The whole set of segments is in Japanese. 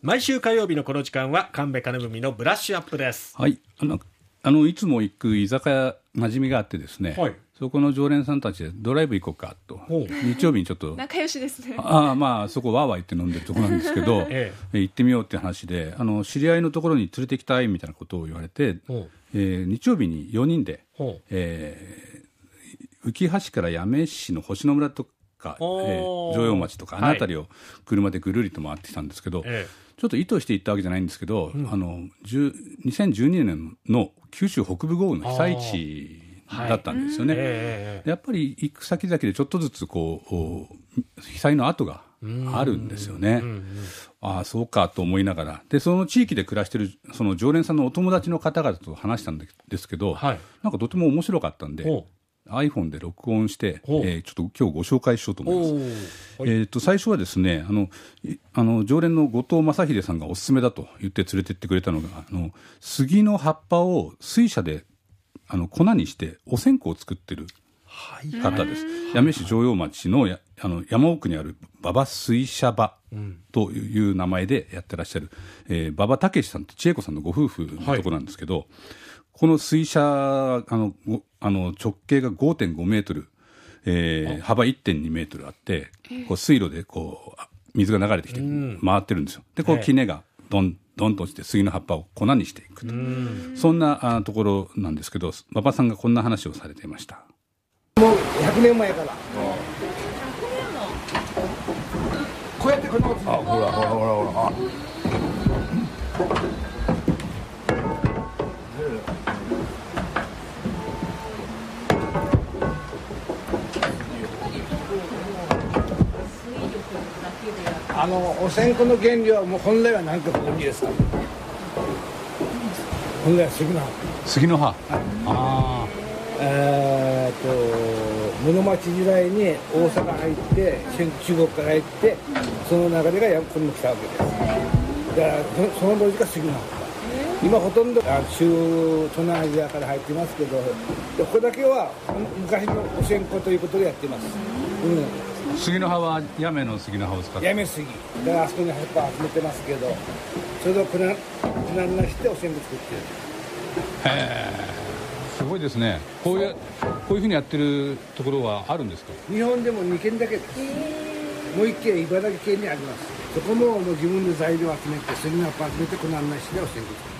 毎週火曜日のこの時間は神戸金文のブラッシュアップです。 はい、いつも行く居酒屋馴染みがあってですね、はい、そこの常連さんたちでドライブ行こうかと、日曜日にちょっと仲良しですね。 まあそこわーわー言って飲んでるところなんですけど、行ってみようって話で知り合いのところに連れてきたいみたいなことを言われて、日曜日に4人で、浮橋から八女市の星野村とか、城陽町とかあの辺りを車でぐるりと回ってきたんですけど、ちょっと意図して行ったわけじゃないんですけど、2012年の九州北部豪雨の被災地だったんですよね。やっぱり行く先々でちょっとずつこう被災の跡があるんですよね。そうかと思いながら、でその地域で暮らしているその常連さんのお友達の方々と話したんですけど、なんかとても面白かったんでiPhone で録音して、ちょっと今日ご紹介しようと思います。最初はですね、常連の後藤正秀さんがおすすめだと言って連れてってくれたのが、杉の葉っぱを水車で粉にしてお線香を作ってる方です。八女市城陽町の山奥にある馬場水車場という名前でやってらっしゃる、馬場武さんと千恵子さんのご夫婦のところなんですけど、この水車直径が 5.5 メートル、幅 1.2 メートルあって、こう水路でこう水が流れてきて回ってるんですよ。でこう杵がどんどんと落ちて杉の葉っぱを粉にしていくと、そんなところなんですけど、馬場さんがこんな話をされていました。 もう100年前からこうやってこのほらほらほらお線香の原料はもう本来は何かご存知ですか？本来は杉の葉。 室町時代に大阪入って中国から入ってその流れがここに来たわけです。だからその当時が杉の葉。今ほとんど東南アジアから入ってますけど、ここだけは昔のお線香ということでやってます。 杉の葉は八女の杉の葉を使って、 八女杉だからあそこに葉っぱ集めてますけど、それを粉にしてお線香作ってる。 すごいですね。こういうふうにやってるところはあるんですか？ 日本でも2軒だけです。もう1軒茨城県にあります。そこも自分で材料を集めて杉の葉っぱ集めて粉にしてお線香作ってる。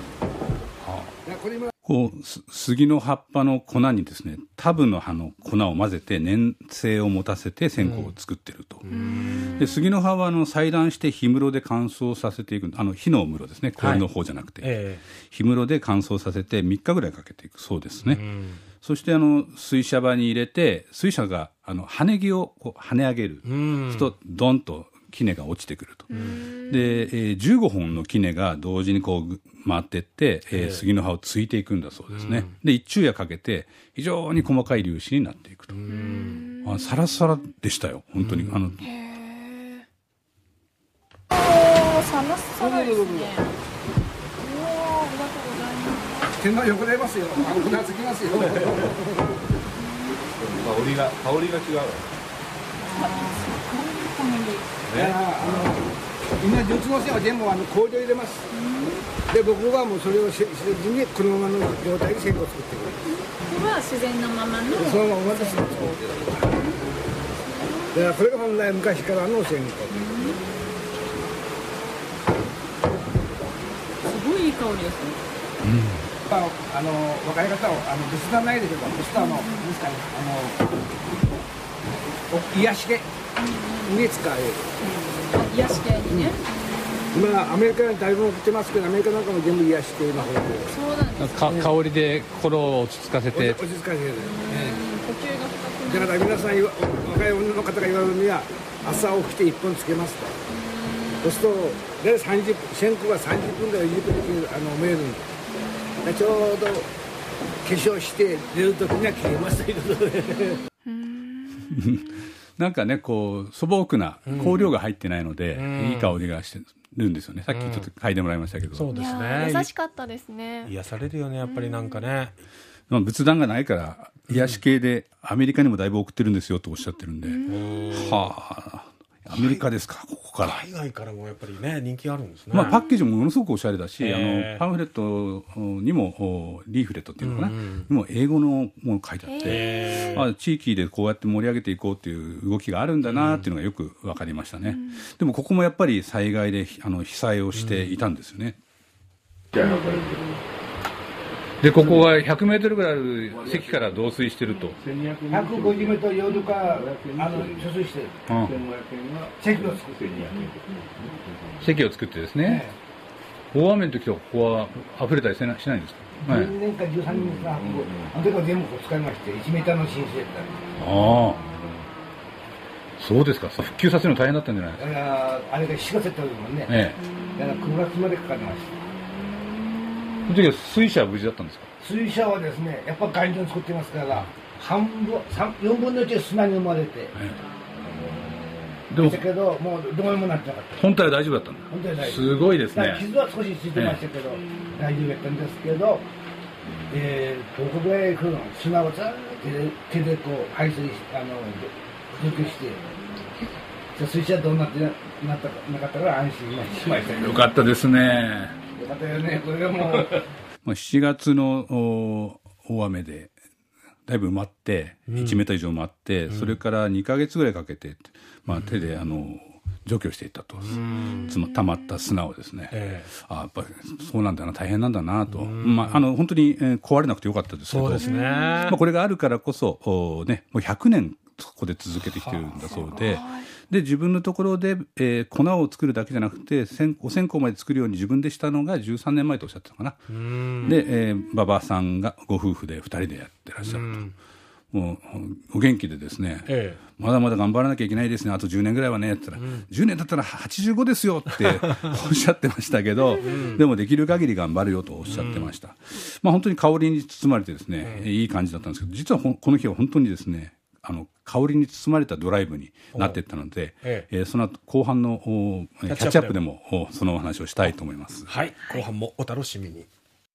こう杉の葉っぱの粉にですね、タブの葉の粉を混ぜて粘性を持たせて線香を作ってると。で杉の葉は裁断して火室で乾燥させていく、火の室ですね、氷の方じゃなくて、火室で乾燥させて3日ぐらいかけていくそうですね。そして水車場に入れて、水車が羽根木をこう跳ね上げる。そうするとドンと杵が落ちてくると。で、15本の杵が同時にこう回っていって、杉の葉をついていくんだそうですね。で一昼夜かけて非常に細かい粒子になっていくと。サラサラでしたよ本当に。 サラサラですね。ありがとうございます。 天板汚れますよ。うなずきますよ。香りが違う。 みんな流通の線は全部工場入れます。で僕はもうそれをせずにこのままの状態で線香を作ってくる。 これは自然のままのそのままです。だからこれが本来昔からの線香。 すごいいい香りですね。 若い方を仏壇ないでけど、仏壇癒し系に使える。 癒し系にね。 今アメリカにだいぶ送ってますけど、アメリカなんかも全部癒し系の方で。 そうなんですね。 香りで心を落ち着かせて。 落ち着かせて。 呼吸が深くだから皆さん若い女の方が言われるには朝起きて1本つけますと。そうすると大体30分、線香が30分から20分で燃えるんで。ちょうど化粧して出るときには切れますということで。 なんかね、こう素朴な香料が入ってないので、いい香りがしてるんですよね。さっきちょっと嗅いでもらいましたけど。 そうですね。 優しかったですね。 癒されるよね、やっぱりなんかね。 仏壇がないから癒し系でアメリカにもだいぶ送ってるんですよとおっしゃってるんで、 アメリカですか、ここから。 海外からもやっぱりね、人気あるんですね。 パッケージもものすごくおしゃれだし、パンフレットにも、リーフレットっていうのかな、にも英語のもの書いてあって、地域でこうやって盛り上げていこうっていう動きがあるんだなっていうのがよく分かりましたね。でもここもやっぱり災害で被災をしていたんですよね。で、ここは100メートルぐらいある堰から導水してると。 150メートル洋流から貯水してる。堰を作ってる。 堰を作ってですね。大雨の時はここは溢れたりしないんですか。 10年か13年か、あの時は全部使いまして、1メーターの浸水だった。 ああ。そうですか。復旧させるの大変だったんじゃないですか。あれが4月やった時もね。だから9月までかかりました。 その時は水車は無事だったんですか。 水車はですね、やっぱ頑丈に作ってますから、4分の1は砂に埋まれて。でもだけど、もうどうにもなってなかった。 本体は大丈夫だったんだ。 本体は大丈夫。 すごいですね。 傷は少しついてましたけど、大丈夫だったんですけど、ここぐらい来るの、砂をずっと手でこう排水除去して、じゃ水車どうなってなかったから安心しましたけど。 よかったですね。 よかったよね、これがもう。 7月の大雨でだいぶ埋まって、1メーター以上埋まって、それから2ヶ月ぐらいかけて、手で除去していったと、溜まった砂をですね、やっぱりそうなんだな、大変なんだなと、本当に壊れなくてよかったですけど、 そうですね、 これがあるからこそ、もう100年ここで続けてきてるんだそうで、自分のところで、粉を作るだけじゃなくてお線香まで作るように自分でしたのが13年前とおっしゃってたのかな。で、馬場さんがご夫婦で2人でやってらっしゃると。もうお元気でですね、まだまだ頑張らなきゃいけないですね、あと10年ぐらいはねって言ったら、10年だったら85ですよっておっしゃってましたけど、でもできる限り頑張るよとおっしゃってました。本当に香りに包まれてですね、いい感じだったんですけど、実はこの日は本当にですね、香りに包まれたドライブになっていったので、その後後半のキャッチアップでもそのお話をしたいと思います。 はい、後半もお楽しみに。